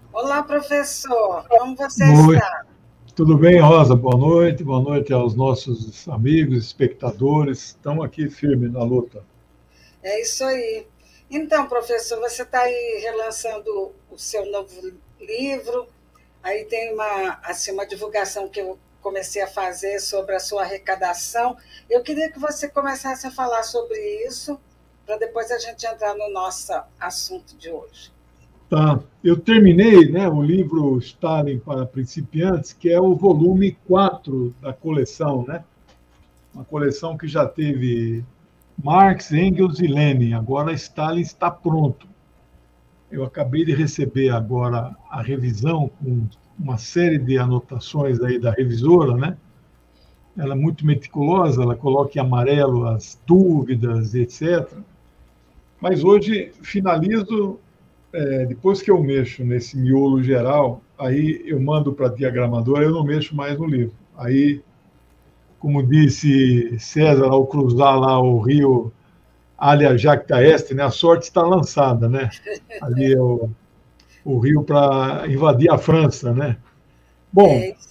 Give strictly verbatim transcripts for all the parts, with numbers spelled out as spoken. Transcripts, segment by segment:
Olá, professor. Como você Oi, está? tudo bem, Rosa? Boa noite, boa noite aos nossos amigos, espectadores. Estamos aqui firmes na luta. É isso aí. Então, professor, você está aí relançando o seu novo livro. Aí tem uma, assim, uma divulgação que eu comecei a fazer sobre a sua arrecadação. Eu queria que você começasse a falar sobre isso, para depois a gente entrar no nosso assunto de hoje. Tá. Eu terminei, né, o livro Stalin para Principiantes, que é o volume quatro da coleção, né? Uma coleção que já teve Marx, Engels e Lenin. Agora Stalin está pronto. Eu acabei de receber agora a revisão com uma série de anotações aí da revisora, né? Ela é muito meticulosa, ela coloca em amarelo as dúvidas, etcétera. Mas hoje finalizo, é, depois que eu mexo nesse miolo geral, aí eu mando para a diagramadora, eu não mexo mais no livro. Aí, como disse César, ao cruzar lá o rio Alia Jacta Este, né, a sorte está lançada, né? Ali é o, o rio para invadir a França, né? Bom, É,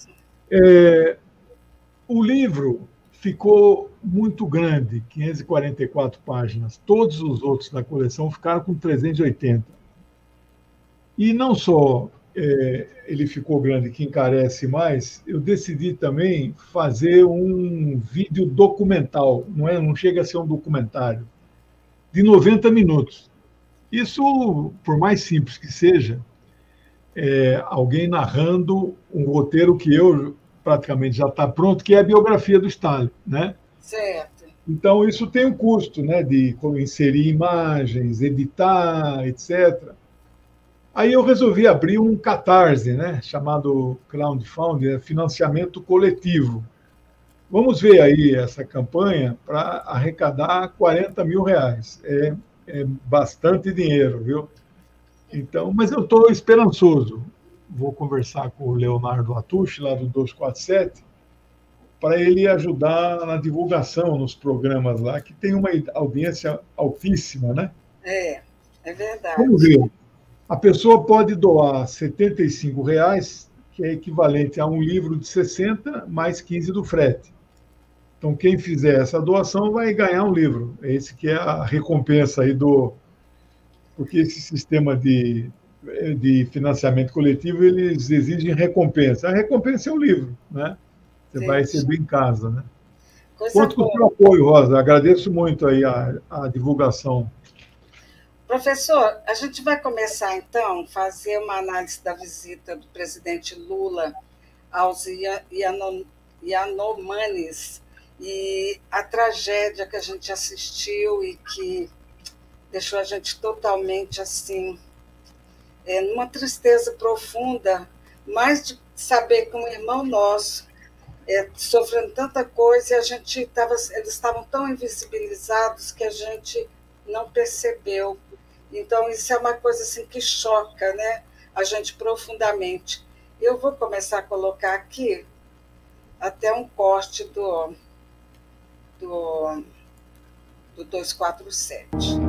o livro ficou muito grande, quinhentas e quarenta e quatro páginas. Todos os outros da coleção ficaram com trezentas e oitenta. E não só é, ele ficou grande, que encarece mais, eu decidi também fazer um vídeo documental, não, é, não chega a ser um documentário, de noventa minutos. Isso, por mais simples que seja, é alguém narrando um roteiro que eu praticamente já está pronto, que é a biografia do Stalin, né? certo. Então, isso tem um custo, né, de inserir imagens, editar, etcétera. Aí eu resolvi abrir um catarse, né, chamado crowdfunding, financiamento coletivo. Vamos ver aí essa campanha para arrecadar quarenta mil reais. É, é bastante dinheiro, viu? Então, mas eu estou esperançoso. Vou conversar com o Leonardo Atush, lá do duzentos e quarenta e sete, para ele ajudar na divulgação nos programas lá, que tem uma audiência altíssima, né? É, é Vamos verdade. ver. A pessoa pode doar setenta e cinco reais, que é equivalente a um livro de sessenta mais quinze do frete. Então, quem fizer essa doação vai ganhar um livro. Esse que é a recompensa aí do... Porque esse sistema de, de financiamento coletivo, eles exigem recompensa. A recompensa é o livro, né? Você vai Entendi. receber em casa, né? Coisa Conto com o seu boa. apoio, Rosa. Agradeço muito aí a, a divulgação. Professor, a gente vai começar então a fazer uma análise da visita do presidente Lula aos Yanomamis e a tragédia que a gente assistiu e que deixou a gente totalmente assim, é, numa tristeza profunda, mais de saber que um irmão nosso é, sofrendo tanta coisa e a gente tava, eles estavam tão invisibilizados que a gente não percebeu. Então, isso é uma coisa assim que choca, né, a gente profundamente. Eu vou começar a colocar aqui até um corte do, do, do duzentos e quarenta e sete.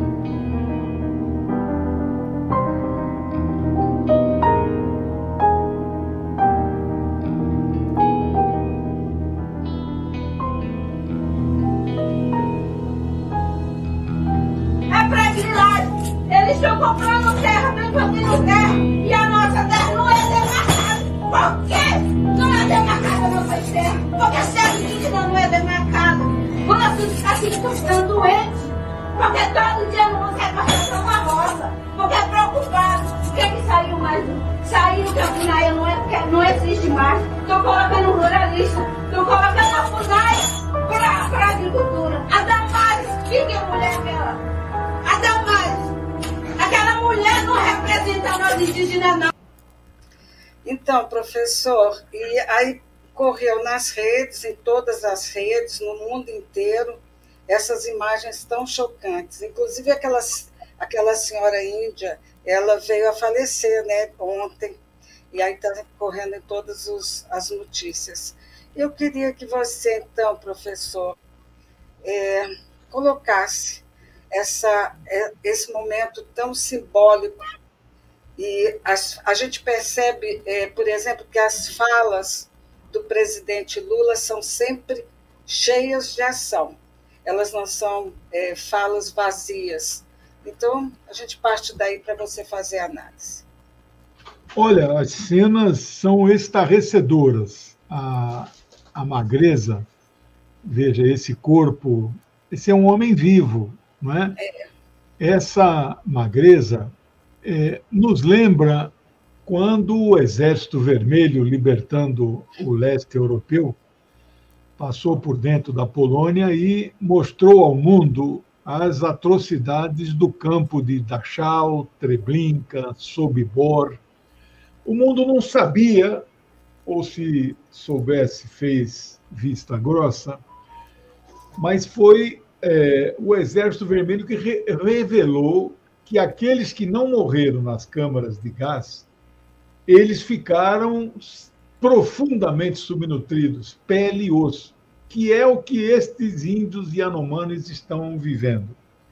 É para grilagem. Eles estão comprando terra, estão invadindo terra. E a nossa terra não é demarcada. Por quê? Não é demarcada nossas terras. Porque se a indígena não é demarcada, nossos caciques estão ficando doentes. Porque todo dia não consegue passar uma roça. Porque é preocupado. O que é que saiu mais? Saiu que a FUNAI não, é, não existe mais. Estão colocando ruralista. Estão colocando a FUNAI para a agricultura. A Damares, que é a mulher dela? A Damares. Aquela mulher não representa nós indígenas, não. Então, professor, e aí correu nas redes, em todas as redes, no mundo inteiro, essas imagens tão chocantes. Inclusive aquela, aquela senhora índia, ela veio a falecer, né, ontem, e aí está correndo em todas os, as notícias. Eu queria que você, então, professor, é, colocasse essa, esse momento tão simbólico E as, a gente percebe, é, por exemplo, que as falas do presidente Lula são sempre cheias de ação. Elas não são é, falas vazias. Então, a gente parte daí para você fazer a análise. Olha, as cenas são estarrecedoras. A, a magreza, veja, esse corpo, esse é um homem vivo, não é? É. Essa magreza é, nos lembra quando o Exército Vermelho, libertando o leste europeu, passou por dentro da Polônia e mostrou ao mundo as atrocidades do campo de Dachau, Treblinka, Sobibor. O mundo não sabia, ou se soubesse, fez vista grossa, mas foi é, o Exército Vermelho que re revelou que aqueles que não morreram nas câmaras de gás, eles ficaram profundamente subnutridos, pele e osso, que é o que estes índios Yanomamis estão vivendo.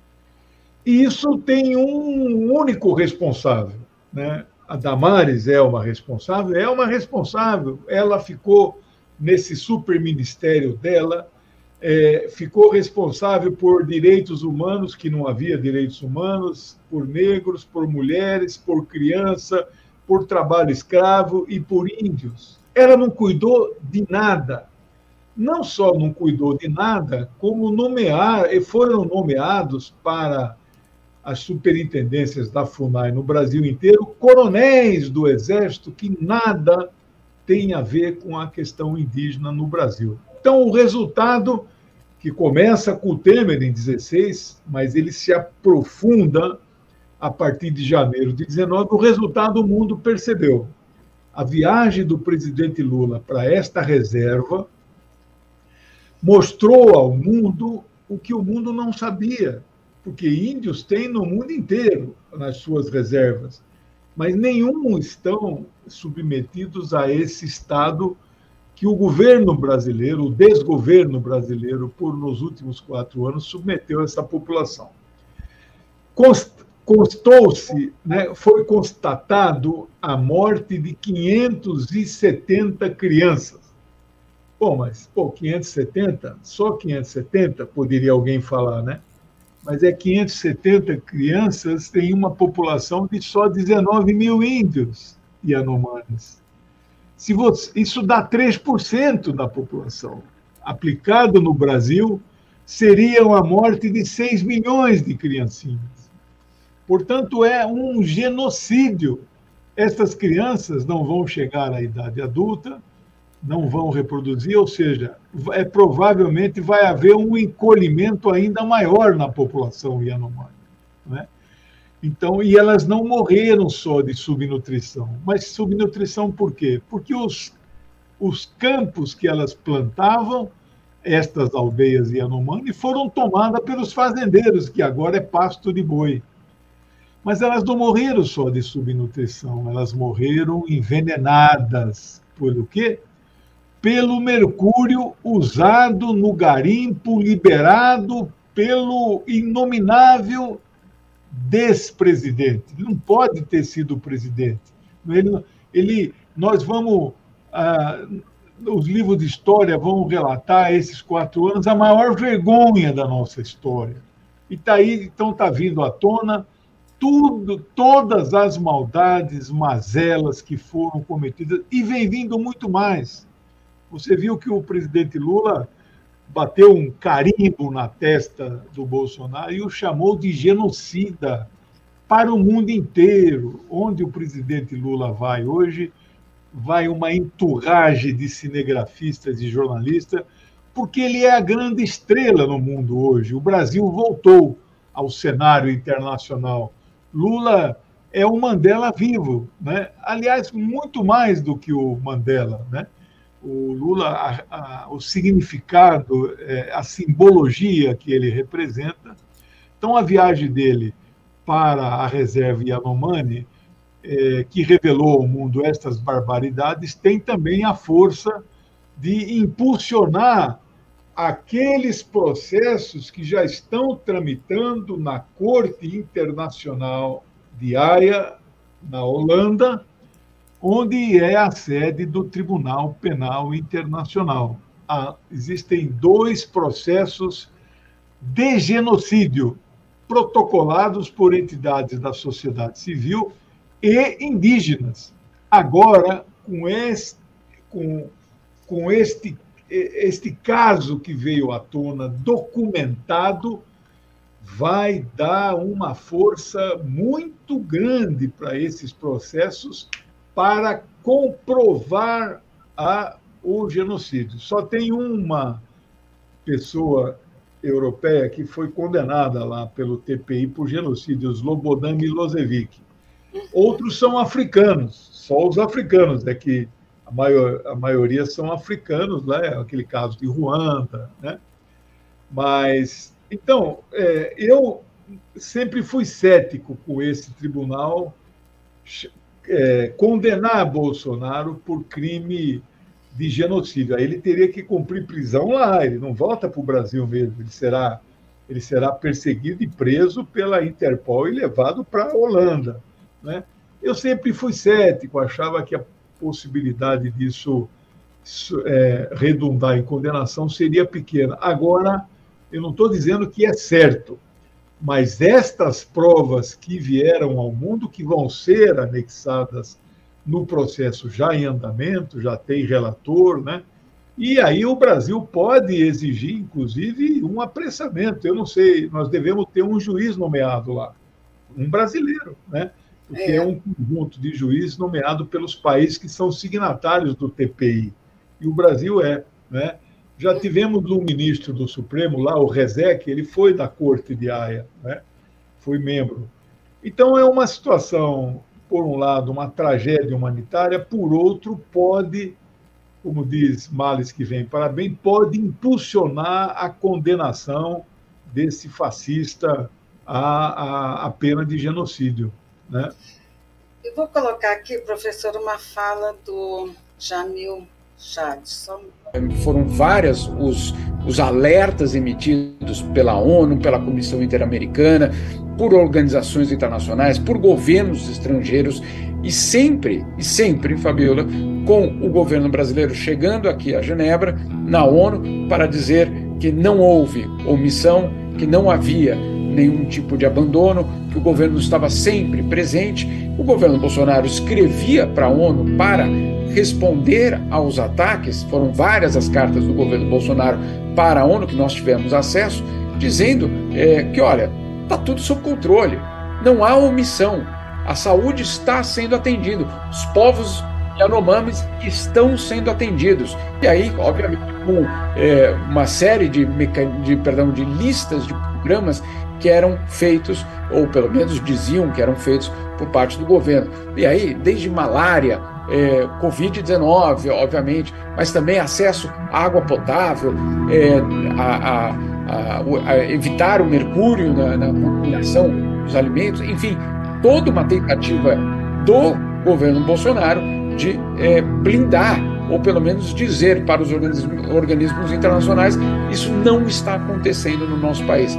E isso tem um único responsável, né? A Damares é uma responsável, é uma responsável. Ela ficou nesse superministério dela, é, ficou responsável por direitos humanos, que não havia direitos humanos, por negros, por mulheres, por criança, por trabalho escravo e por índios. Ela não cuidou de nada. Não só não cuidou de nada, como nomear, foram nomeados para as superintendências da FUNAI no Brasil inteiro, coronéis do Exército que nada tem a ver com a questão indígena no Brasil. Então, o resultado, que começa com o Temer em dezesseis, mas ele se aprofunda a partir de janeiro de dezenove, o resultado o mundo percebeu. A viagem do presidente Lula para esta reserva mostrou ao mundo o que o mundo não sabia, porque índios tem no mundo inteiro nas suas reservas, mas nenhum estão submetidos a esse estado que o governo brasileiro, o desgoverno brasileiro, por nos últimos quatro anos, submeteu essa população. Constou-se, né, foi constatado a morte de quinhentas e setenta crianças. Bom, mas pô, quinhentas e setenta, só quinhentas e setenta, poderia alguém falar, né? Mas é quinhentas e setenta crianças em uma população de só dezenove mil índios Yanomamis. Se você, isso dá três por cento da população. Aplicado no Brasil, seria a morte de seis milhões de criancinhas. Portanto, é um genocídio. Essas crianças não vão chegar à idade adulta, não vão reproduzir, ou seja, é, provavelmente vai haver um encolhimento ainda maior na população Yanomami, né? Então, e elas não morreram só de subnutrição, mas subnutrição por quê? Porque os, os campos que elas plantavam, estas aldeias Yanomami, foram tomadas pelos fazendeiros, que agora é pasto de boi. Mas elas não morreram só de subnutrição, elas morreram envenenadas. Pelo quê? Pelo mercúrio usado no garimpo liberado pelo inominável despresidente. Ele não pode ter sido presidente. Ele, ele, nós vamos... Ah, os livros de história vão relatar esses quatro anos a maior vergonha da nossa história. E tá aí, então está vindo à tona tudo, todas as maldades, mazelas que foram cometidas, e vem vindo muito mais. Você viu que o presidente Lula bateu um carimbo na testa do Bolsonaro e o chamou de genocida para o mundo inteiro. Onde o presidente Lula vai hoje, vai uma entourage de cinegrafistas e jornalistas, porque ele é a grande estrela no mundo hoje. O Brasil voltou ao cenário internacional. Lula é o Mandela vivo, né? Aliás, muito mais do que o Mandela, né? O Lula, a, a, o significado, é, a simbologia que ele representa. Então, a viagem dele para a reserva Yanomami, é, que revelou ao mundo estas barbaridades, tem também a força de impulsionar aqueles processos que já estão tramitando na Corte Internacional de Haia, na Holanda, onde é a sede do Tribunal Penal Internacional. Ah, existem dois processos de genocídio protocolados por entidades da sociedade civil e indígenas. Agora, com este, com, com este, este caso que veio à tona documentado, vai dar uma força muito grande para esses processos para comprovar a, o genocídio. Só tem uma pessoa europeia que foi condenada lá pelo T P I por genocídio, Slobodan Milosevic. Outros são africanos, só os africanos, é que a, maior, a maioria são africanos, né? Aquele caso de Ruanda, né? Mas, então, é, eu sempre fui cético com esse tribunal é, condenar Bolsonaro por crime de genocídio. Aí ele teria que cumprir prisão lá, ele não volta para o Brasil mesmo, ele será, ele será perseguido e preso pela Interpol e levado para a Holanda, né? Eu sempre fui cético, achava que a possibilidade disso é, redundar em condenação seria pequena. Agora, eu não estou dizendo que é certo, mas estas provas que vieram ao mundo, que vão ser anexadas no processo já em andamento, já tem relator, né? E aí o Brasil pode exigir, inclusive, um apressamento. Eu não sei, nós devemos ter um juiz nomeado lá, um brasileiro, né? Porque é, é um conjunto de juízes nomeado pelos países que são signatários do T P I. E o Brasil é, né? Já tivemos um ministro do Supremo lá, o Rezec, ele foi da Corte de Haia, né? Foi membro. Então é uma situação, por um lado, uma tragédia humanitária, por outro, pode, como diz Males que vem para bem, pode impulsionar a condenação desse fascista à, à, à pena de genocídio, né? Eu vou colocar aqui, professor, uma fala do Jamil Jadson. Foram várias os, os alertas emitidos pela ONU, pela Comissão Interamericana, por organizações internacionais, por governos estrangeiros, e sempre, e sempre, Fabiola, com o governo brasileiro chegando aqui a Genebra, na ONU, para dizer que não houve omissão, que não havia nenhum tipo de abandono, que o governo estava sempre presente. O governo Bolsonaro escrevia para a ONU para responder aos ataques, foram várias as cartas do governo Bolsonaro para a ONU que nós tivemos acesso, dizendo é, que, olha, está tudo sob controle, não há omissão, a saúde está sendo atendida, os povos Yanomamis estão sendo atendidos. E aí, obviamente, com é, uma série de, de, perdão, de listas de programas que eram feitos, ou pelo menos diziam que eram feitos por parte do governo. E aí, desde malária, é, covid dezenove, obviamente, mas também acesso à água potável, é, a, a, a, a evitar o mercúrio na, na contaminação dos alimentos, enfim, toda uma tentativa do governo Bolsonaro de é, blindar, ou pelo menos dizer para os organismos, organismos internacionais, isso não está acontecendo no nosso país.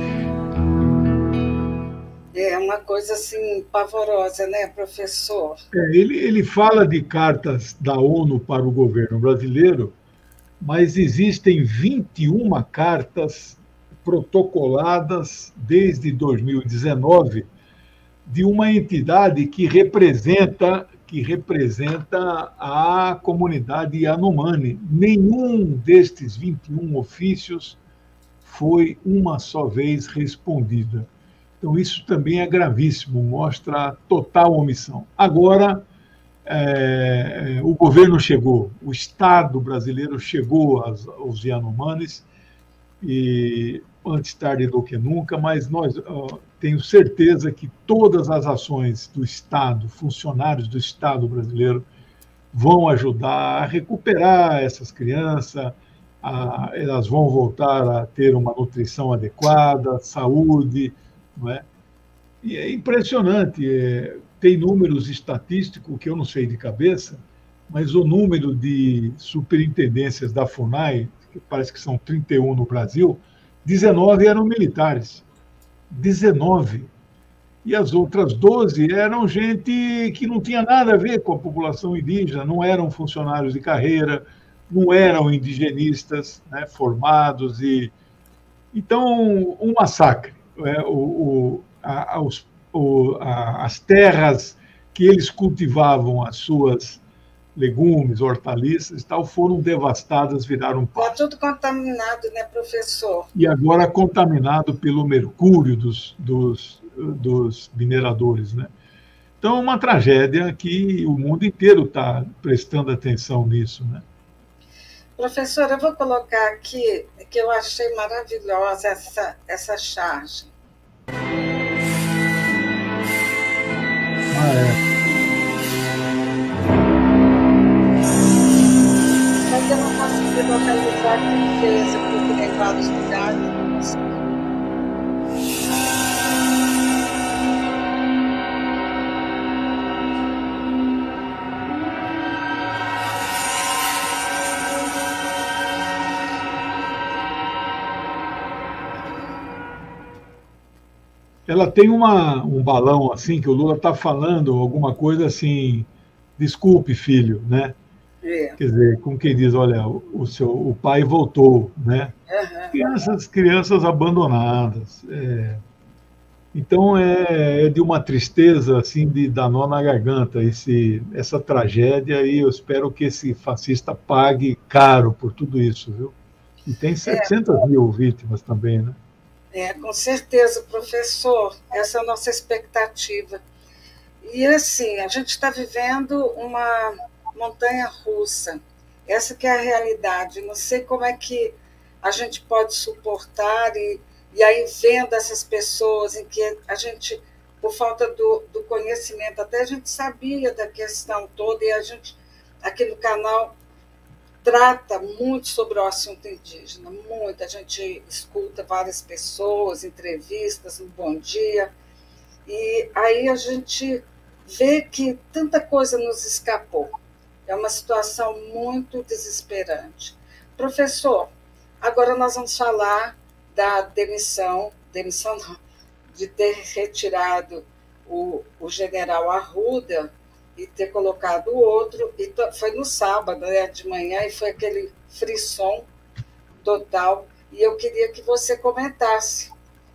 É uma coisa assim pavorosa, né, professor? É, ele, ele fala de cartas da ONU para o governo brasileiro, mas existem vinte e uma cartas protocoladas desde dois mil e dezenove de uma entidade que representa, que representa a comunidade Yanomami. Nenhum destes vinte e um ofícios foi uma só vez respondida. Então, isso também é gravíssimo, mostra total omissão. Agora, é, o governo chegou, o Estado brasileiro chegou aos, aos Yanomamis, e antes tarde do que nunca, mas nós ó, tenho certeza que todas as ações do Estado, funcionários do Estado brasileiro, vão ajudar a recuperar essas crianças, a, elas vão voltar a ter uma nutrição adequada, saúde, não é? E é impressionante, é, tem números estatísticos que eu não sei de cabeça, mas o número de superintendências da FUNAI, que parece que são trinta e um no Brasil, dezenove eram militares. dezenove. e as outras doze eram gente que não tinha nada a ver com a população indígena, não eram funcionários de carreira, não eram indigenistas, né, formados. E então, um massacre. É, o, o, a, os, o, a, as terras que eles cultivavam, as suas legumes, hortaliças e tal, foram devastadas, viraram pasto. Está tudo contaminado, né, professor? E agora contaminado pelo mercúrio dos, dos, dos mineradores, né? Então, é uma tragédia que o mundo inteiro está prestando atenção nisso, né? Professor, eu vou colocar aqui que eu achei maravilhosa essa, essa charge. Ah, é. Mas eu não consegui localizar quem fez, eu procurei em vários lugares. Ela tem uma, um balão assim, que o Lula está falando alguma coisa assim, desculpe, filho, né? É. Quer dizer, como quem diz, olha, o, o, seu, o pai voltou, né? Uhum. Crianças, crianças abandonadas. É. Então, é, é de uma tristeza, assim, de dar nó na garganta, esse, essa tragédia, e eu espero que esse fascista pague caro por tudo isso, viu? E tem setecentas é. mil vítimas também, né? É, com certeza, professor. Essa é a nossa expectativa. E, assim, a gente está vivendo uma montanha-russa. Essa que é a realidade. Não sei como é que a gente pode suportar e, e aí vendo essas pessoas em que a gente, por falta do, do conhecimento, até a gente sabia da questão toda e a gente, aqui no canal, trata muito sobre o assunto indígena, muito. A gente escuta várias pessoas, entrevistas no Bom Dia, e aí a gente vê que tanta coisa nos escapou. É uma situação muito desesperante. Professor, agora nós vamos falar da demissão, demissão não, de ter retirado o, o general Arruda e ter colocado o outro, e foi no sábado, né, de manhã, e foi aquele frisson total, e eu queria que você comentasse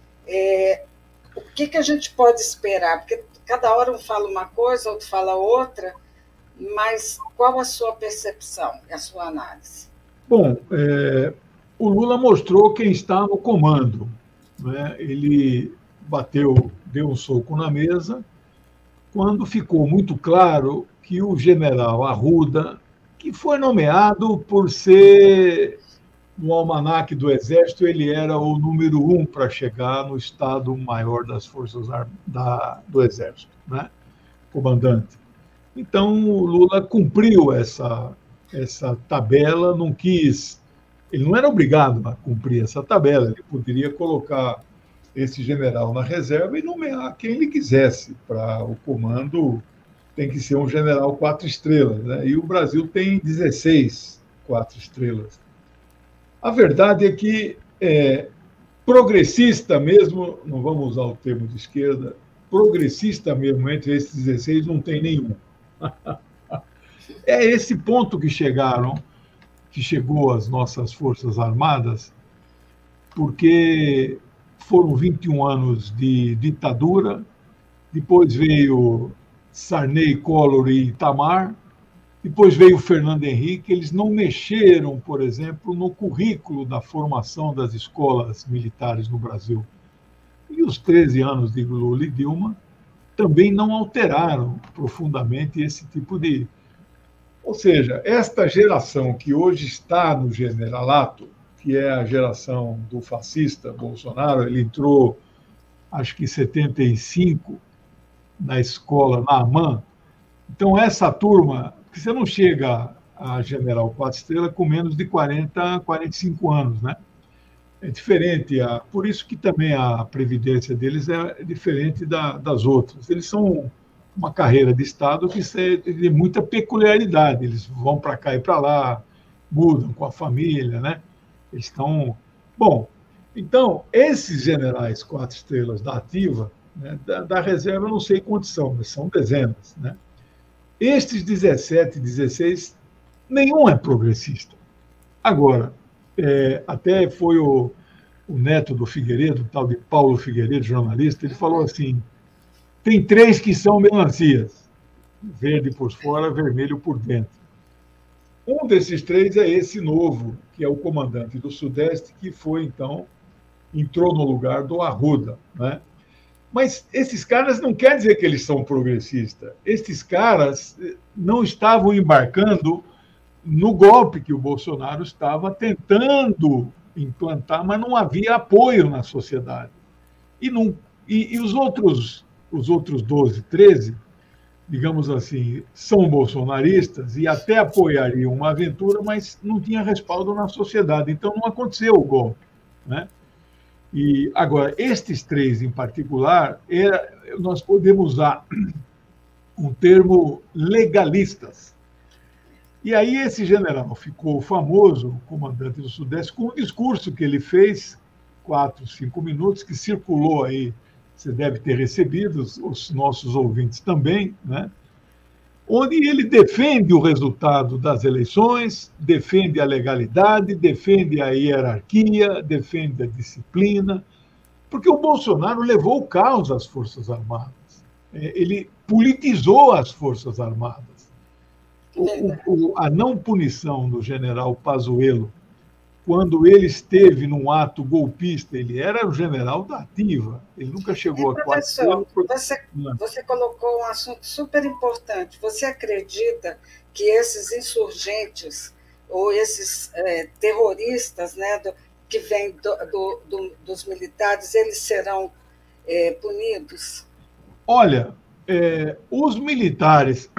é, o que, que a gente pode esperar, porque cada hora um fala uma coisa, outro fala outra, mas qual a sua percepção e a sua análise? Bom, é, o Lula mostrou quem está no comando, né? Ele bateu, deu um soco na mesa, quando ficou muito claro que o general Arruda, que foi nomeado por ser, no almanaque do Exército, ele era o número um para chegar no Estado-Maior das Forças da, do Exército, né? Comandante. Então, o Lula cumpriu essa, essa tabela, não quis... Ele não era obrigado a cumprir essa tabela, ele poderia colocar esse general na reserva e nomear quem ele quisesse para o comando. Tem que ser um general quatro estrelas, né? E o Brasil tem dezesseis quatro estrelas. A verdade é que é, progressista mesmo, não vamos usar o termo de esquerda, progressista mesmo entre esses dezesseis não tem nenhum. É esse ponto que chegaram, que chegou às nossas Forças Armadas, porque foram vinte e um anos de ditadura, depois veio Sarney, Collor e Itamar, depois veio Fernando Henrique. Eles não mexeram, por exemplo, no currículo da formação das escolas militares no Brasil. E os treze anos de Lula e Dilma também não alteraram profundamente esse tipo de... Ou seja, esta geração que hoje está no generalato, que é a geração do fascista Bolsonaro, ele entrou, acho que em setenta e cinco, na escola, na AMAN. Então, essa turma, porque você não chega a general quatro estrelas com menos de quarenta, quarenta e cinco anos, né? É diferente, a, por isso que também a previdência deles é diferente da, das outras. Eles são uma carreira de Estado que tem muita peculiaridade. Eles vão para cá e para lá, mudam com a família, né? Eles estão... Bom, então, esses generais quatro estrelas da ativa, né? Da, da reserva eu não sei quantos são, mas são dezenas, né? Estes dezessete, dezesseis, nenhum é progressista. Agora, é, até foi o, o neto do Figueiredo, o tal de Paulo Figueiredo, jornalista, ele falou assim, tem três que são melancias, verde por fora, vermelho por dentro. Um desses três é esse novo, que é o comandante do Sudeste, que foi, então, entrou no lugar do Arruda, né? Mas esses caras não quer dizer que eles são progressistas. Esses caras não estavam embarcando no golpe que o Bolsonaro estava tentando implantar, mas não havia apoio na sociedade. E, não, e, e os outros, os outros doze, treze, digamos assim, são bolsonaristas e até apoiariam uma aventura, mas não tinha respaldo na sociedade. Então não aconteceu o golpe, né? E agora, estes três em particular, era, nós podemos usar um termo legalistas. E aí esse general ficou famoso, o comandante do Sudeste, com um discurso que ele fez, quatro, cinco minutos, que circulou aí, você deve ter recebido, os, os nossos ouvintes também, né? Onde ele defende o resultado das eleições, defende a legalidade, defende a hierarquia, defende a disciplina, porque o Bolsonaro levou o caos às Forças Armadas. Ele politizou as Forças Armadas. O, o, a não punição do general Pazuello, quando ele esteve num ato golpista, ele era o general da ativa, ele nunca chegou é, a quatro anos. Você, você colocou um assunto super importante. Você acredita que esses insurgentes ou esses é, terroristas, né, do, que vêm do, do, do, dos militares, eles serão é, punidos? Olha, é, os militares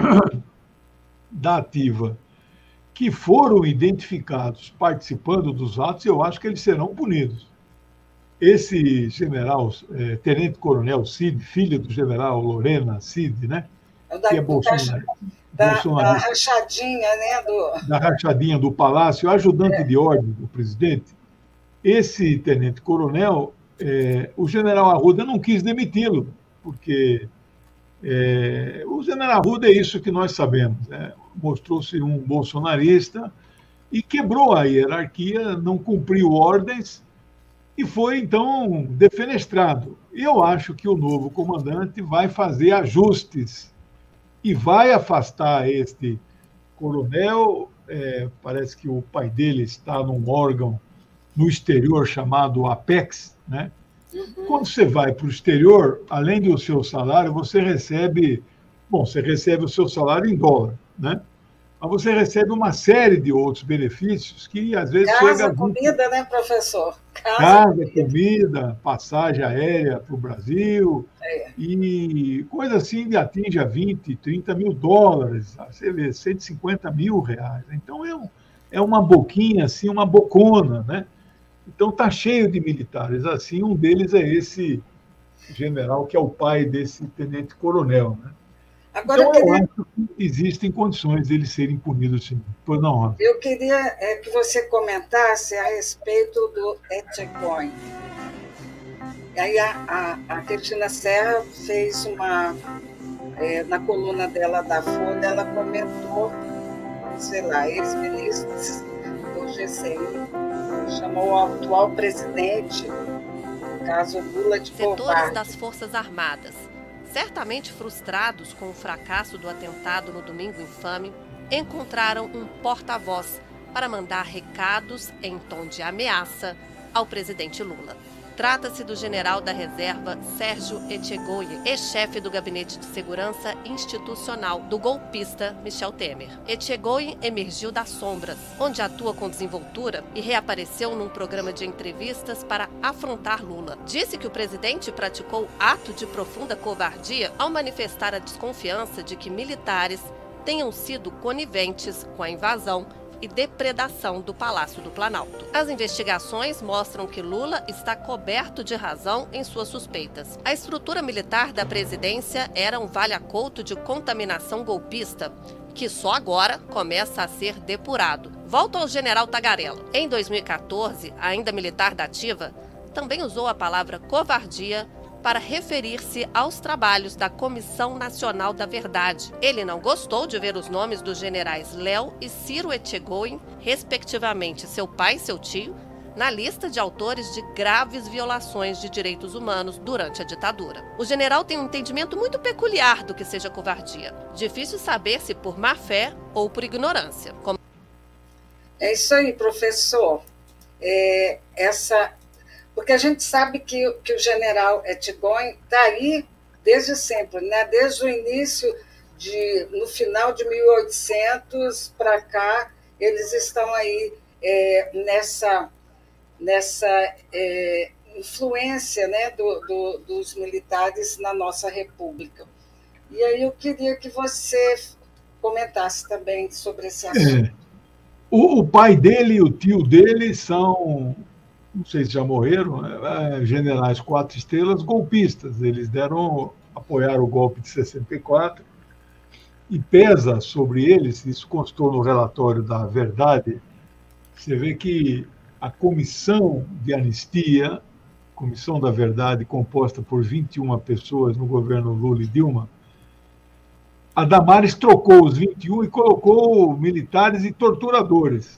da ativa que foram identificados participando dos atos, eu acho que eles serão punidos. Esse general, é, tenente-coronel Cid, filho do general Lorena Cid, né? Da, que é bolsonarista. Da, da rachadinha, né? Do... Da rachadinha do Palácio, ajudante é. de ordem do presidente. Esse tenente-coronel, é, o general Arruda não quis demiti-lo, porque é, o general Arruda é isso que nós sabemos, né? Mostrou-se um bolsonarista e quebrou a hierarquia, não cumpriu ordens e foi, então, defenestrado. Eu acho que o novo comandante vai fazer ajustes e vai afastar este coronel. É, parece que o pai dele está num órgão no exterior chamado Apex, né? Uhum. Quando você vai para o exterior, além do seu salário, você recebe, bom, você recebe o seu salário em dólar, né? Mas você recebe uma série de outros benefícios que, às vezes, Casa, chega a... comida, né, professor? Casa, Casa comida, passagem aérea para o Brasil, é. E coisa assim de atinge a vinte, trinta mil dólares, você vê, cento e cinquenta mil reais. Então, é, um, é uma boquinha, assim, uma bocona, né? Então, está cheio de militares. Assim, um deles é esse general, que é o pai desse tenente-coronel, né? Agora, então, eu, queria... eu acho que existem condições deles serem punidos, sim. Pois não, eu queria é, que você comentasse a respeito do Etchegoyen. Aí a, a, a Cristina Serra fez uma... É, na coluna dela da Folha, ela comentou, sei lá, ex-ministros do G C I, chamou o atual presidente, no caso Lula, de setores covarde. Das Forças Armadas, certamente frustrados com o fracasso do atentado no domingo infame, encontraram um porta-voz para mandar recados em tom de ameaça ao presidente Lula. Trata-se do general da reserva Sérgio Etchegoyen, ex-chefe do Gabinete de Segurança Institucional do golpista Michel Temer. Etchegoyen emergiu das sombras, onde atua com desenvoltura, e reapareceu num programa de entrevistas para afrontar Lula. Disse que o presidente praticou ato de profunda covardia ao manifestar a desconfiança de que militares tenham sido coniventes com a invasão e depredação do Palácio do Planalto. As investigações mostram que Lula está coberto de razão em suas suspeitas. A estrutura militar da presidência era um vale-a-couto de contaminação golpista, que só agora começa a ser depurado. Volto ao general Tagarela. Em dois mil e quatorze, ainda militar da ativa, também usou a palavra covardia para referir-se aos trabalhos da Comissão Nacional da Verdade. Ele não gostou de ver os nomes dos generais Léo e Ciro Etchegóin, respectivamente seu pai e seu tio, na lista de autores de graves violações de direitos humanos durante a ditadura. O general tem um entendimento muito peculiar do que seja covardia. Difícil saber se por má fé ou por ignorância. Como... É isso aí, professor. É, essa... Porque a gente sabe que, que o general Etchegóin está aí desde sempre, né? Desde o início, de, no final de mil e oitocentos para cá, eles estão aí é, nessa... nessa é, influência, né, do, do, dos militares na nossa República. E aí eu queria que você comentasse também sobre esse assunto. É. O, o pai dele e o tio dele são, não sei se já morreram, é, generais quatro estrelas golpistas. Eles deram, apoiaram o golpe de sessenta e quatro e pesa sobre eles, isso constou no relatório da Verdade, você vê que a Comissão de Anistia, Comissão da Verdade, composta por vinte e uma pessoas no governo Lula e Dilma, a Damares trocou os vinte e um e colocou militares e torturadores.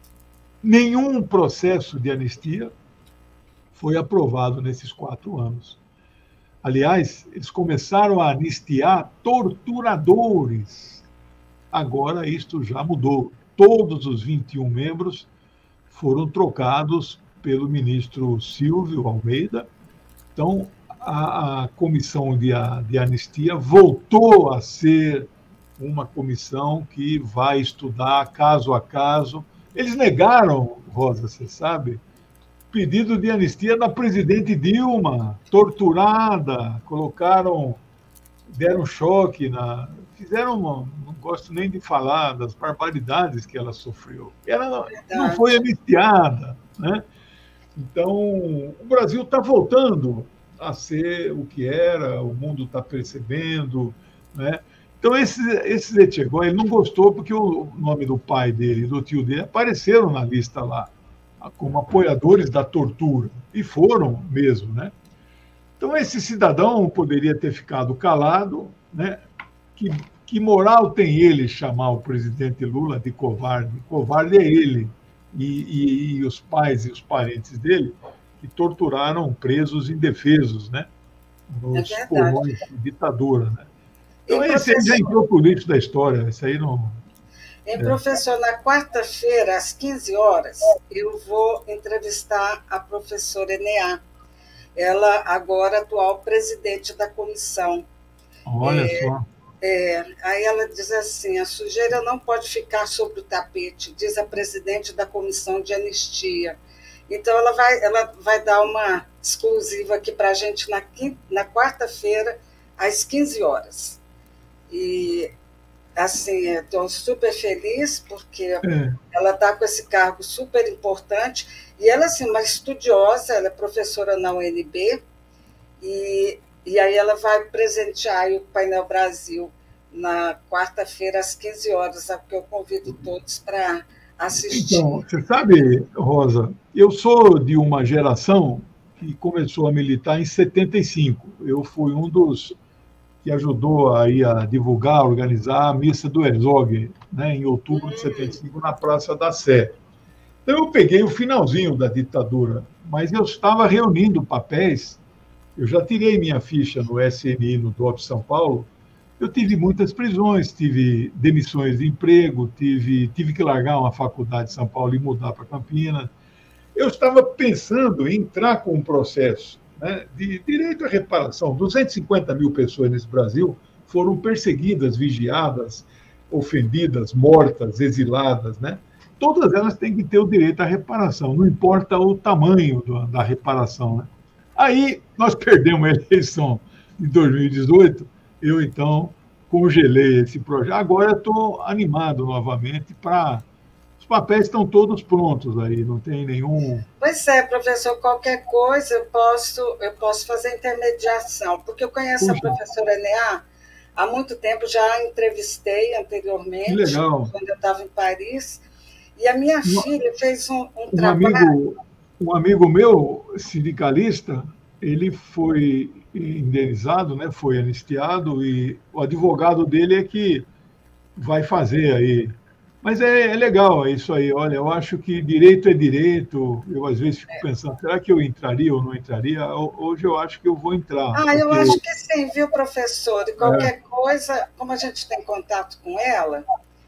Nenhum processo de anistia foi aprovado nesses quatro anos. Aliás, eles começaram a anistiar torturadores. Agora isto já mudou. Todos os vinte e um membros foram trocados pelo ministro Silvio Almeida. Então, a, a comissão de, a, de anistia voltou a ser uma comissão que vai estudar caso a caso. Eles negaram, Rosa, você sabe, pedido de anistia da presidente Dilma, torturada, colocaram, deram choque, na, fizeram, uma, não gosto nem de falar das barbaridades que ela sofreu. Ela não, não foi anistiada, né? Então, o Brasil está voltando a ser o que era, o mundo está percebendo, né? Então, esse, esse Etchegóin, ele não gostou porque o nome do pai dele e do tio dele apareceram na lista lá, como apoiadores da tortura, e foram mesmo, né? Então, esse cidadão poderia ter ficado calado, né? Que, que moral tem ele chamar o presidente Lula de covarde? Covarde é ele e, e, e os pais e os parentes dele que torturaram presos indefesos, né? Nos É porões de ditadura, né? Então, E, esse aí já entrou para o lixo da história, esse aí não... E, professor, na quarta-feira, às quinze horas, eu vou entrevistar a professora Eneá, ela agora atual presidente da comissão. Olha é, só. É, aí ela diz assim, a sujeira não pode ficar sobre o tapete, diz a presidente da comissão de anistia. Então, ela vai, ela vai dar uma exclusiva aqui para a gente na, na quarta-feira, às quinze horas. E, assim, estou super feliz, porque é. ela está com esse cargo super importante, e ela, assim, uma estudiosa, ela é professora na U N B, e, e aí ela vai presentear o Painel Brasil na quarta-feira, às quinze horas, que eu convido todos para assistir. Então, você sabe, Rosa, eu sou de uma geração que começou a militar em setenta e cinco. Eu fui um dos que ajudou aí a divulgar, a organizar a missa do Herzog, né, em outubro hum. de setenta e cinco, na Praça da Sé. Então, eu peguei o finalzinho da ditadura, mas eu estava reunindo papéis, eu já tirei minha ficha no S N I, no D O P São Paulo, eu tive muitas prisões, tive demissões de emprego, tive, tive que largar uma faculdade de São Paulo e mudar para Campinas. Eu estava pensando em entrar com um processo, né, de direito à reparação. duzentas e cinquenta mil pessoas nesse Brasil foram perseguidas, vigiadas, ofendidas, mortas, exiladas, né? Todas elas têm que ter o direito à reparação, não importa o tamanho do, da reparação, né? Aí nós perdemos a eleição de dois mil e dezoito, eu então congelei esse projeto. Agora estou animado novamente para... Os papéis estão todos prontos aí, não tem nenhum... Pois é, professor, qualquer coisa eu posso, eu posso fazer intermediação, porque eu conheço Puxa. a professora Eneá há muito tempo, já entrevistei anteriormente, legal. quando eu estava em Paris, e a minha um, filha fez um, um, um trabalho... Amigo, um amigo meu, sindicalista, ele foi indenizado, né? Foi anistiado, e o advogado dele é que vai fazer aí. Mas é, é legal isso aí. Olha, eu acho que direito é direito. Eu, às vezes, fico pensando, será que eu entraria ou não entraria? Hoje eu acho que eu vou entrar. Ah, porque... eu acho que sim, viu, professor? E qualquer é. coisa, como a gente tem contato com ela,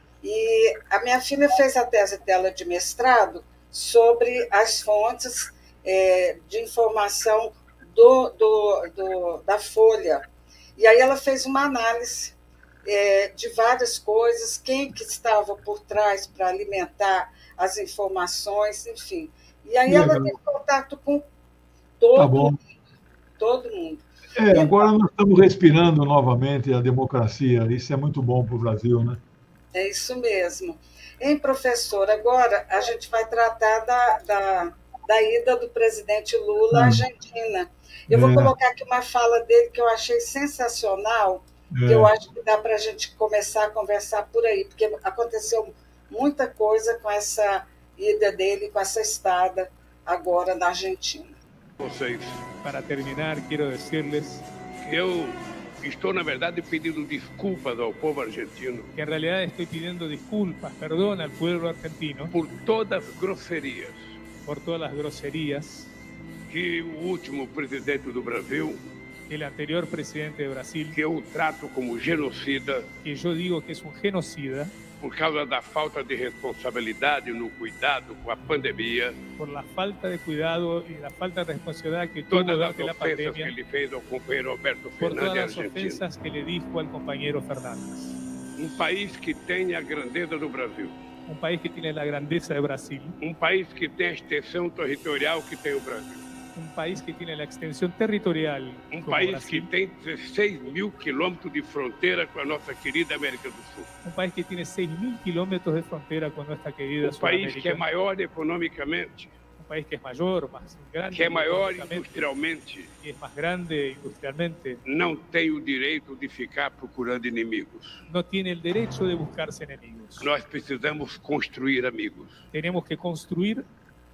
e a minha filha fez a tese dela de mestrado sobre as fontes é, de informação do, do, do, da Folha. E aí ela fez uma análise É, de várias coisas, quem que estava por trás para alimentar as informações, enfim. E aí ela tem contato com todo tá bom. mundo. Todo mundo. É, então, agora nós estamos respirando novamente a democracia, isso é muito bom para o Brasil, né? É isso mesmo. Hein, professor, agora a gente vai tratar da, da, da ida do presidente Lula à Argentina. Eu vou é. colocar aqui uma fala dele que eu achei sensacional, que eu acho que dá para a gente começar a conversar por aí, porque aconteceu muita coisa com essa ida dele, com essa estada agora na Argentina. Vocês, para terminar, quero dizer-lhes que eu estou, na verdade, pedindo desculpas ao povo argentino. Que, em realidade, estou pedindo desculpas, perdão ao povo argentino. Por todas as grosserias. Por todas as grosserias. Que o último presidente do Brasil... el anterior presidente de Brasil, que eu trato como genocida, que yo digo que es un genocida, por causa da falta de responsabilidade no cuidado com a pandemia, por la falta de cuidado y la falta de responsabilidad que tuvo durante la pandemia, que le fez ao companheiro Alberto por Fernandes, todas las ofensas que le dijo al compañero Fernández. Um país que tem a grandeza do Brasil. Um país que tiene la grandeza de Brasil. Um país que tem a extensão territorial que tem o Brasil. Um país que tem a extensão territorial. Um país Brasil. que tem dezesseis mil quilômetros de fronteira com a nossa querida América do Sul. Um país que tem seis mil quilômetros de fronteira com nossa querida Um país que é maior economicamente. Um país que é maior, mais grande. Que é maior industrialmente. E é mais grande industrialmente. Não tem o direito de ficar procurando inimigos. Não tem o direito de buscar-se inimigos. Nós precisamos construir amigos. Temos que construir.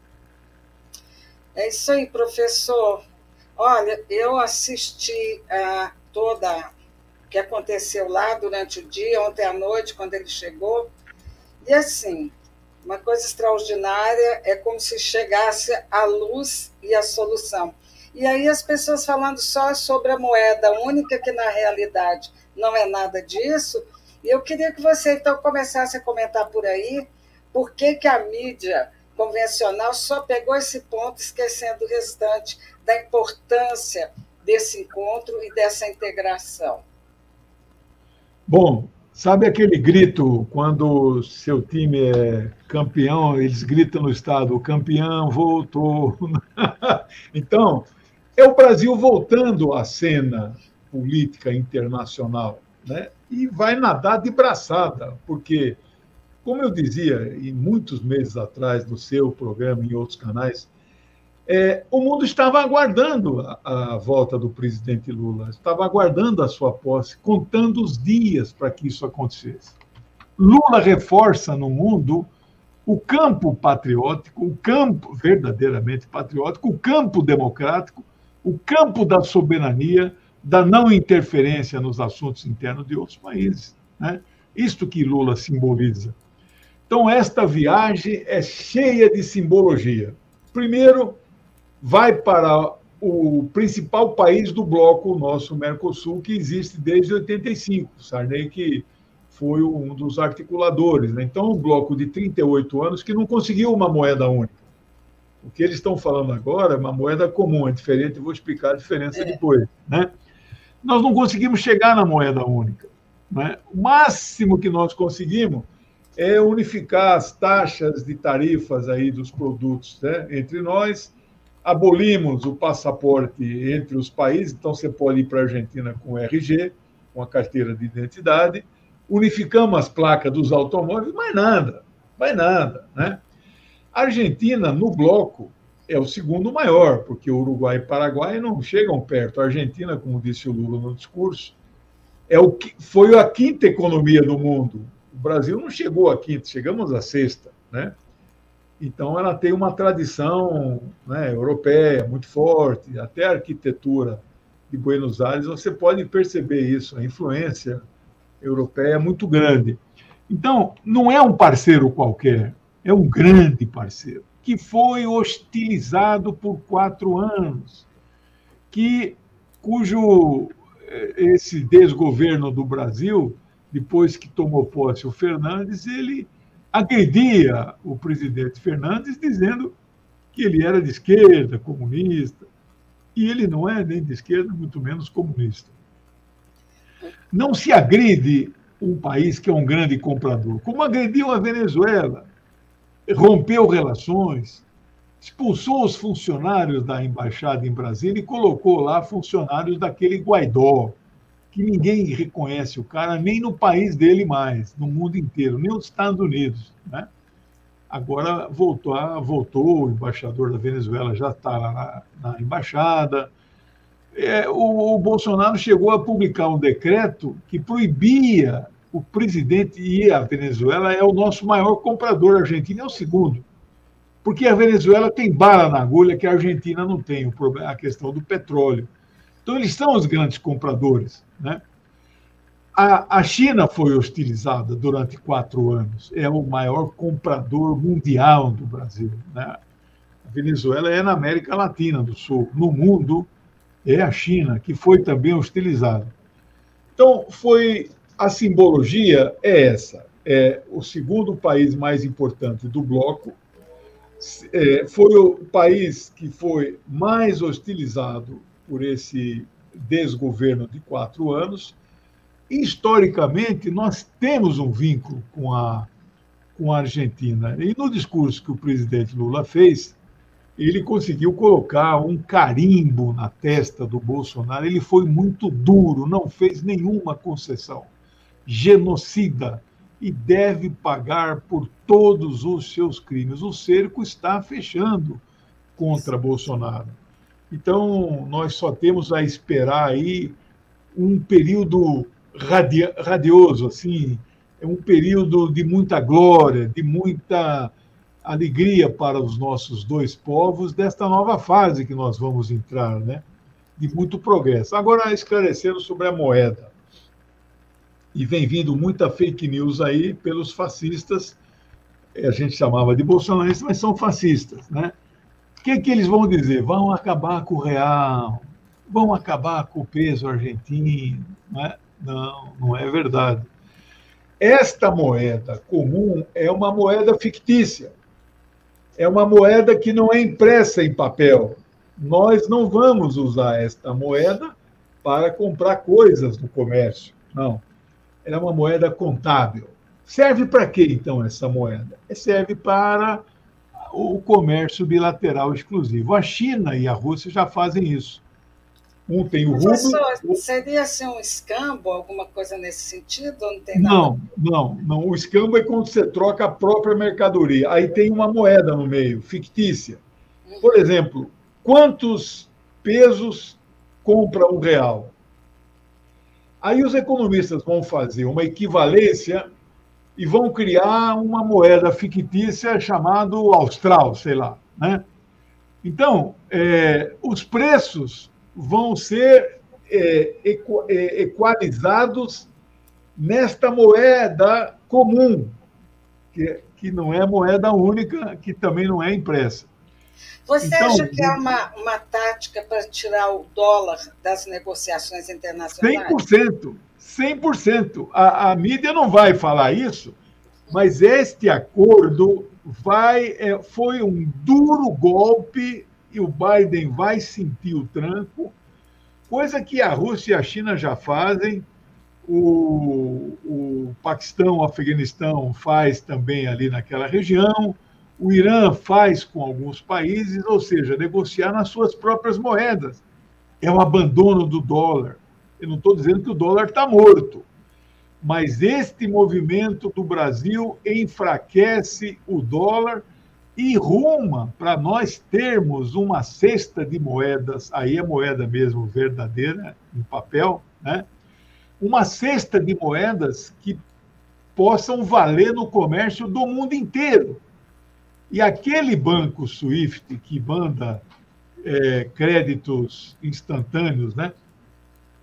É isso aí, professor. Olha, eu assisti a toda o que aconteceu lá durante o dia, ontem à noite, quando ele chegou, e assim, uma coisa extraordinária, é como se chegasse a luz e a solução. E aí as pessoas falando só sobre a moeda única, que na realidade não é nada disso, e eu queria que você então começasse a comentar por aí por que que a mídia convencional só pegou esse ponto, esquecendo o restante da importância desse encontro e dessa integração. Bom, sabe aquele grito quando seu time é campeão, eles gritam no estado, o campeão voltou. Então, é o Brasil voltando à cena política internacional, né? E vai nadar de braçada, porque... Como eu dizia, em muitos meses atrás, no seu programa e em outros canais, é, o mundo estava aguardando a, a volta do presidente Lula, estava aguardando a sua posse, contando os dias para que isso acontecesse. Lula reforça no mundo o campo patriótico, o campo verdadeiramente patriótico, o campo democrático, o campo da soberania, da não interferência nos assuntos internos de outros países, né? Isto que Lula simboliza. Então, esta viagem é cheia de simbologia. Primeiro, vai para o principal país do bloco, o nosso Mercosul, que existe desde oitenta e cinco. Sarney, que foi um dos articuladores, né? Então, um bloco de trinta e oito anos que não conseguiu uma moeda única. O que eles estão falando agora é uma moeda comum, é diferente, vou explicar a diferença depois, né? Nós não conseguimos chegar na moeda única, né? O máximo que nós conseguimos é unificar as taxas de tarifas aí dos produtos, né, entre nós, abolimos o passaporte entre os países, então você pode ir para a Argentina com R G, com a carteira de identidade, unificamos as placas dos automóveis, mais nada, mais nada, né? A Argentina, no bloco, é o segundo maior, porque o Uruguai e o Paraguai não chegam perto. A Argentina, como disse o Lula no discurso, é o que, foi a quinta economia do mundo. O Brasil não chegou à quinta, chegamos à sexta, né? Então, ela tem uma tradição, né, europeia muito forte, até a arquitetura de Buenos Aires, você pode perceber isso, a influência europeia é muito grande. Então, não é um parceiro qualquer, é um grande parceiro, que foi hostilizado por quatro anos, que, cujo esse desgoverno do Brasil, depois que tomou posse o Fernandes, ele agredia o presidente Fernandes, dizendo que ele era de esquerda, comunista, e ele não é nem de esquerda, muito menos comunista. Não se agride um país que é um grande comprador, como agrediu a Venezuela, rompeu relações, expulsou os funcionários da embaixada em Brasília e colocou lá funcionários daquele Guaidó, que ninguém reconhece o cara nem no país dele mais, no mundo inteiro, nem nos Estados Unidos, né? Agora voltou, voltou, o embaixador da Venezuela já está lá na, na embaixada. É, o, o Bolsonaro chegou a publicar um decreto que proibia o presidente ir à Venezuela, é o nosso maior comprador, a Argentina é o segundo, porque a Venezuela tem bala na agulha que a Argentina não tem, o problema, a questão do petróleo. Então, eles são os grandes compradores, né? A, a China foi hostilizada durante quatro anos, é o maior comprador mundial do Brasil, né? A Venezuela é na América Latina do Sul, no mundo é a China, que foi também hostilizada. Então, foi, a simbologia é essa, é o segundo país mais importante do bloco, é, foi o país que foi mais hostilizado por esse desgoverno de quatro anos. Historicamente, nós temos um vínculo com a, com a Argentina. E no discurso que o presidente Lula fez, ele conseguiu colocar um carimbo na testa do Bolsonaro. Ele foi muito duro, não fez nenhuma concessão. Genocida, e deve pagar por todos os seus crimes. O cerco está fechando contra Bolsonaro. Então, nós só temos a esperar aí um período radia- radioso, assim, um período de muita glória, de muita alegria para os nossos dois povos, desta nova fase que nós vamos entrar, né? De muito progresso. Agora, esclarecendo sobre a moeda. E vem vindo muita fake news aí pelos fascistas, a gente chamava de bolsonaristas, mas são fascistas, né? O que, que eles vão dizer? Vão acabar com o real, vão acabar com o peso argentino, não é? Não, não é verdade. Esta moeda comum é uma moeda fictícia, é uma moeda que não é impressa em papel. Nós não vamos usar esta moeda para comprar coisas no comércio, não. Ela é uma moeda contábil. Serve para quê, então, essa moeda? Serve para o comércio bilateral exclusivo. A China e a Rússia já fazem isso. Um tem o rublo... Professor, seria assim um escambo, alguma coisa nesse sentido? Ou não tem nada? Não, não, não. O escambo é quando você troca a própria mercadoria. Aí tem uma moeda no meio, fictícia. Por exemplo, quantos pesos compra um real? Aí os economistas vão fazer uma equivalência e vão criar uma moeda fictícia chamada austral, sei lá, né? Então, é, os preços vão ser é, equ, é, equalizados nesta moeda comum, que, que não é moeda única, que também não é impressa. Você então, acha que é uma, uma tática para tirar o dólar das negociações internacionais? cem por cento. cem por cento. A, a mídia não vai falar isso, mas este acordo vai, é, foi um duro golpe e o Biden vai sentir o tranco, coisa que a Rússia e a China já fazem, o, o Paquistão, o Afeganistão faz também ali naquela região, o Irã faz com alguns países, ou seja, negociar nas suas próprias moedas. É um abandono do dólar. Eu não estou dizendo que o dólar está morto, mas este movimento do Brasil enfraquece o dólar e ruma para nós termos uma cesta de moedas, aí é moeda mesmo verdadeira, em papel, né? Uma cesta de moedas que possam valer no comércio do mundo inteiro. E aquele banco SWIFT que manda é, créditos instantâneos, né?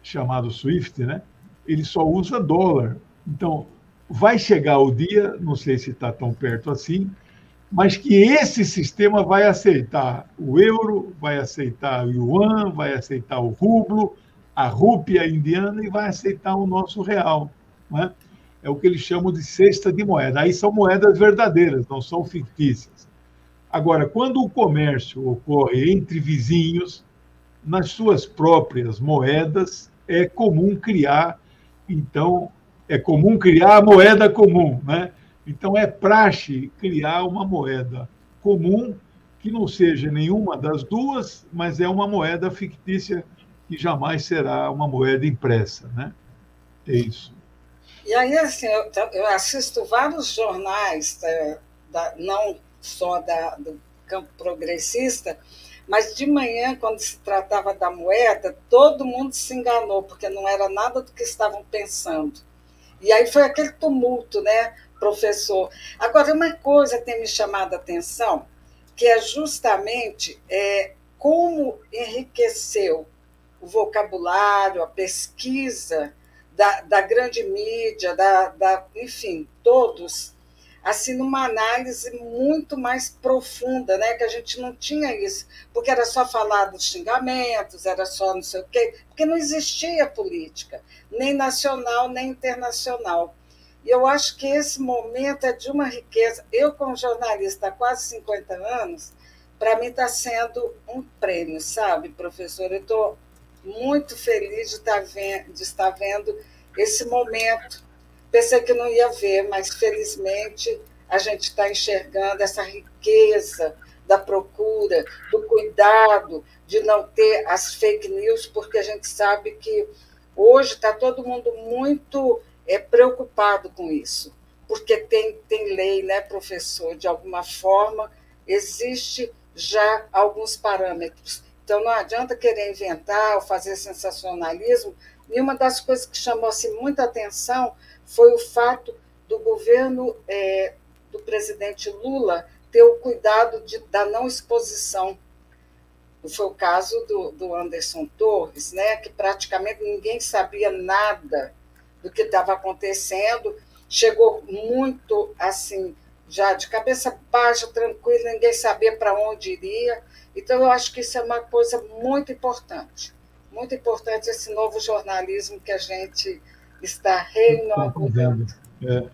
chamado SWIFT, né? Ele só usa dólar. Então, vai chegar o dia, não sei se está tão perto assim, mas que esse sistema vai aceitar o euro, vai aceitar o yuan, vai aceitar o rublo, a rúpia indiana e vai aceitar o nosso real. Não é? É o que eles chamam de cesta de moeda. Aí são moedas verdadeiras, não são fictícias. Agora, quando o comércio ocorre entre vizinhos, nas suas próprias moedas, é comum criar, então, é comum criar a moeda comum, né? Então, é praxe criar uma moeda comum que não seja nenhuma das duas, mas é uma moeda fictícia que jamais será uma moeda impressa, né? É isso. E aí, assim, eu, eu assisto vários jornais, é, da, não só da, do campo progressista, mas de manhã, quando se tratava da moeda, todo mundo se enganou, porque não era nada do que estavam pensando. E aí foi aquele tumulto, né, professor? Agora, uma coisa tem me chamado a atenção, que é justamente é, como enriqueceu o vocabulário, a pesquisa da, da grande mídia, da, da, enfim, todos, assim, numa análise muito mais profunda, né? Que a gente não tinha isso, porque era só falar dos xingamentos, era só não sei o quê, porque não existia política, nem nacional, nem internacional. E eu acho que esse momento é de uma riqueza. Eu, como jornalista há quase cinquenta anos, para mim está sendo um prêmio, sabe, professor? Eu estou muito feliz de estar vendo, de estar vendo esse momento. Pensei que não ia ver, mas, felizmente, a gente está enxergando essa riqueza da procura, do cuidado de não ter as fake news, porque a gente sabe que hoje está todo mundo muito é, preocupado com isso, porque tem, tem lei, né, professor? De alguma forma, existe já alguns parâmetros. Então, não adianta querer inventar ou fazer sensacionalismo. E uma das coisas que chamou assim, muita atenção foi o fato do governo é, do presidente Lula ter o cuidado de, da não exposição. Foi o caso do, do Anderson Torres, né, que praticamente ninguém sabia nada do que estava acontecendo, chegou muito assim, já de cabeça baixa, tranquilo, ninguém sabia para onde iria. Então, eu acho que isso é uma coisa muito importante, muito importante esse novo jornalismo que a gente está reinaugurando. É.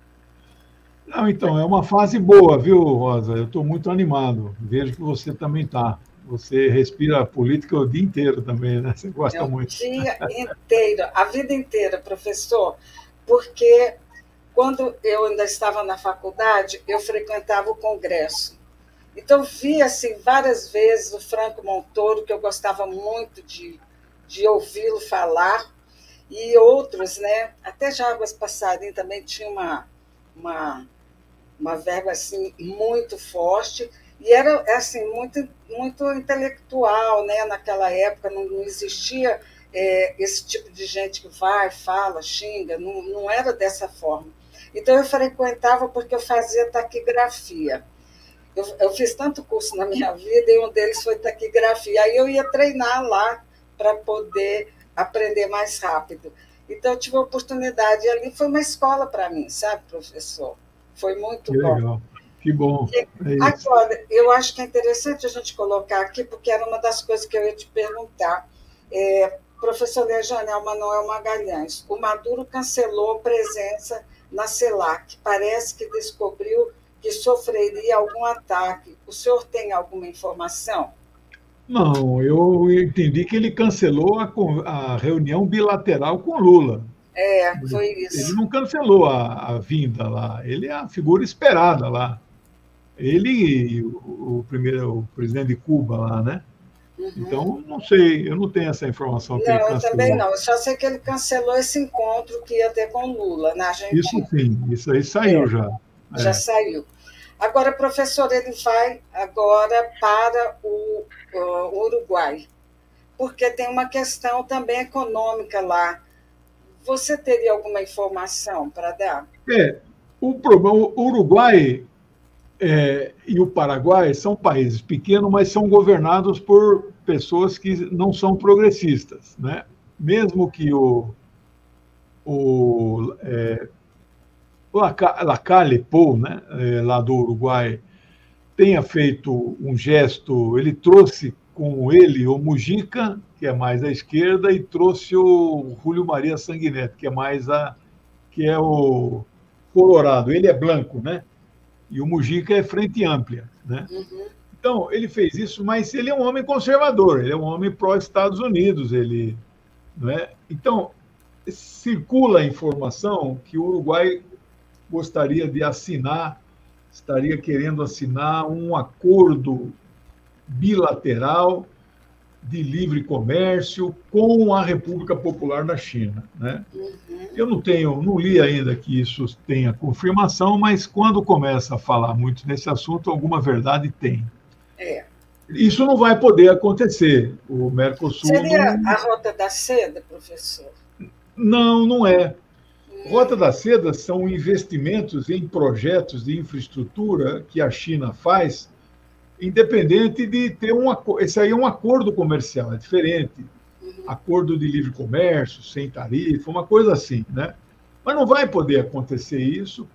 Não, então, é uma fase boa, viu, Rosa? Eu estou muito animado. Vejo que você também está. Você respira a política o dia inteiro também, né? Você gosta é o muito. O dia inteiro, a vida inteira, professor, porque quando eu ainda estava na faculdade, eu frequentava o Congresso. Então, vi assim, várias vezes o Franco Montoro, que eu gostava muito de, de ouvi-lo falar, e outros, né? Até Jarbas Passarinho também tinha uma, uma, uma verba assim, muito forte, e era assim, muito, muito intelectual, né? Naquela época não, não existia é, esse tipo de gente que vai, fala, xinga, não, não era dessa forma. Então, eu frequentava porque eu fazia taquigrafia. Eu, eu fiz tanto curso na minha vida e um deles foi taquigrafia. Aí eu ia treinar lá para poder aprender mais rápido. Então, eu tive a oportunidade. E ali foi uma escola para mim, sabe, professor? Foi muito que bom. Legal. Que bom. E, é agora, eu acho que é interessante a gente colocar aqui, porque era uma das coisas que eu ia te perguntar. É, professor Lejanel Manuel Magalhães, o Maduro cancelou a presença na CELAC. Parece que descobriu que sofreria algum ataque. O senhor tem alguma informação? Não, eu entendi que ele cancelou a, a reunião bilateral com Lula. É, foi isso. Ele não cancelou a, a vinda lá, ele é a figura esperada lá. Ele e o, o primeiro o presidente de Cuba lá, né? Uhum. Então, não sei, eu não tenho essa informação que não, ele cancelou. Eu também não, eu só sei que ele cancelou esse encontro que ia ter com Lula na Argentina. Isso sim, isso aí saiu é, já. Já é. saiu. Agora, professor, ele vai agora para o, o Uruguai, porque tem uma questão também econômica lá. Você teria alguma informação para dar? É, o problema, o Uruguai é, e o Paraguai são países pequenos, mas são governados por pessoas que não são progressistas, né? mesmo que o, o, é, o Lacalle Pou, né, é, lá do Uruguai, tenha feito um gesto, ele trouxe com ele o Mujica, que é mais à esquerda, e trouxe o Júlio Maria Sanguinetti, que é mais a, que é o Colorado. Ele é branco, né? E o Mujica é frente ampla, né? Uhum. Então, ele fez isso, mas ele é um homem conservador, ele é um homem pró-Estados Unidos, ele, não é? Então, circula a informação que o Uruguai gostaria de assinar, estaria querendo assinar um acordo bilateral de livre comércio com a República Popular da China, né? Uhum. Eu não tenho, não li ainda que isso tenha confirmação, mas quando começa a falar muito nesse assunto, alguma verdade tem. É. Isso não vai poder acontecer. O Mercosul seria não... a Rota da Seda, professor? Não, não é. Hum. Rota da Seda são investimentos em projetos de infraestrutura que a China faz, independente de ter um acordo. Esse aí é um acordo comercial, é diferente. Uhum. Acordo de livre comércio, sem tarifa, uma coisa assim, né? Mas não vai poder acontecer isso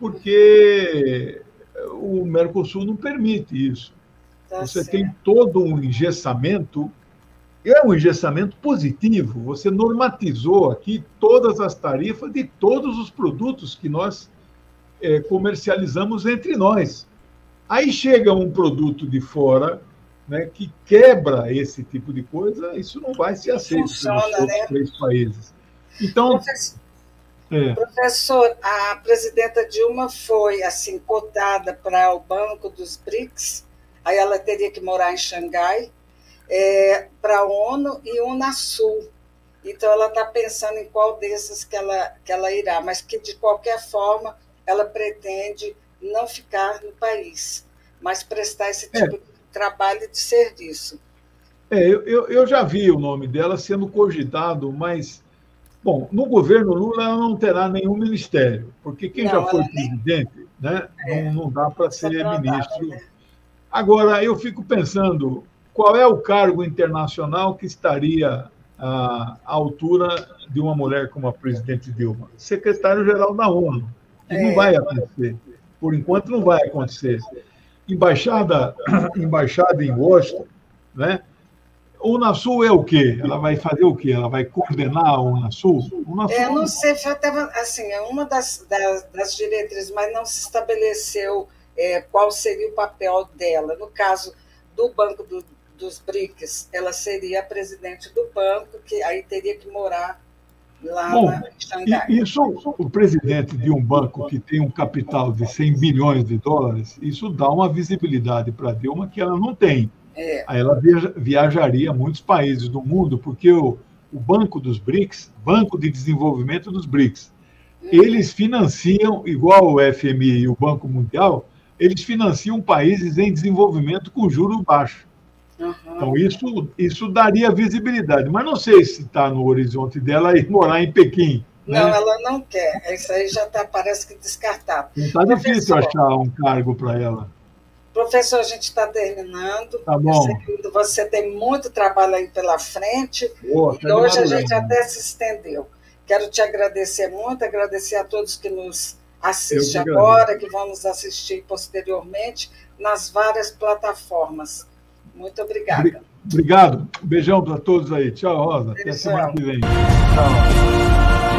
porque o Mercosul não permite isso. Tá Você certo. Tem todo um engessamento, é um engessamento positivo. Você normatizou aqui todas as tarifas de todos os produtos que nós é, comercializamos entre nós. Aí chega um produto de fora, né, que quebra esse tipo de coisa, isso não vai ser aceito Funciona, pelos outros né? três países. Então, professor, é. professor, a presidenta Dilma foi assim cotada para o Banco dos BRICS, aí ela teria que morar em Xangai, é, para a ONU e Unasul. Então, ela está pensando em qual desses que ela, que ela irá, mas que, de qualquer forma, ela pretende não ficar no país, mas prestar esse tipo é. de trabalho de serviço. É, eu, eu já vi o nome dela sendo cogitado, mas, bom, no governo Lula ela não terá nenhum ministério, porque quem não, já foi presidente, nem... né, é. não, não dá para ser ministro. Né? Agora, eu fico pensando, qual é o cargo internacional que estaria à, à altura de uma mulher como a presidente Dilma? Secretário-geral da ONU, que é. não vai acontecer. Por enquanto não vai acontecer. Embaixada, embaixada em Washington, né? O Unasul é o quê? Ela vai fazer o quê? Ela vai coordenar a Unasul? Unasul é, eu não sei, tava, assim, é uma das, das, das diretrizes, mas não se estabeleceu é, qual seria o papel dela. No caso do Banco do, dos BRICS, ela seria a presidente do banco, que aí teria que morar lá Bom, na Xangai. Isso, o presidente de um banco que tem um capital de cem bilhões de dólares, isso dá uma visibilidade para a Dilma que ela não tem. É. Aí ela viaja, viajaria a muitos países do mundo, porque o, o Banco dos BRICS, Banco de Desenvolvimento dos BRICS, uhum. eles financiam, igual o F M I e o Banco Mundial, eles financiam países em desenvolvimento com juros baixos. Uhum. Então, isso, isso daria visibilidade. Mas não sei se está no horizonte dela ir morar em Pequim. Não, né? ela não quer. Isso aí já tá, parece que descartado. Está difícil achar um cargo para ela. Professor, a gente está terminando. Tá bom. Você tem muito trabalho aí pela frente. Boa, e hoje a gente até se estendeu. Quero te agradecer muito, agradecer a todos que nos assistem que agora, que vão nos assistir posteriormente nas várias plataformas. Muito obrigada. Obrigado. Beijão para todos aí. Tchau, Rosa. Beijão. Até semana que vem. Tchau.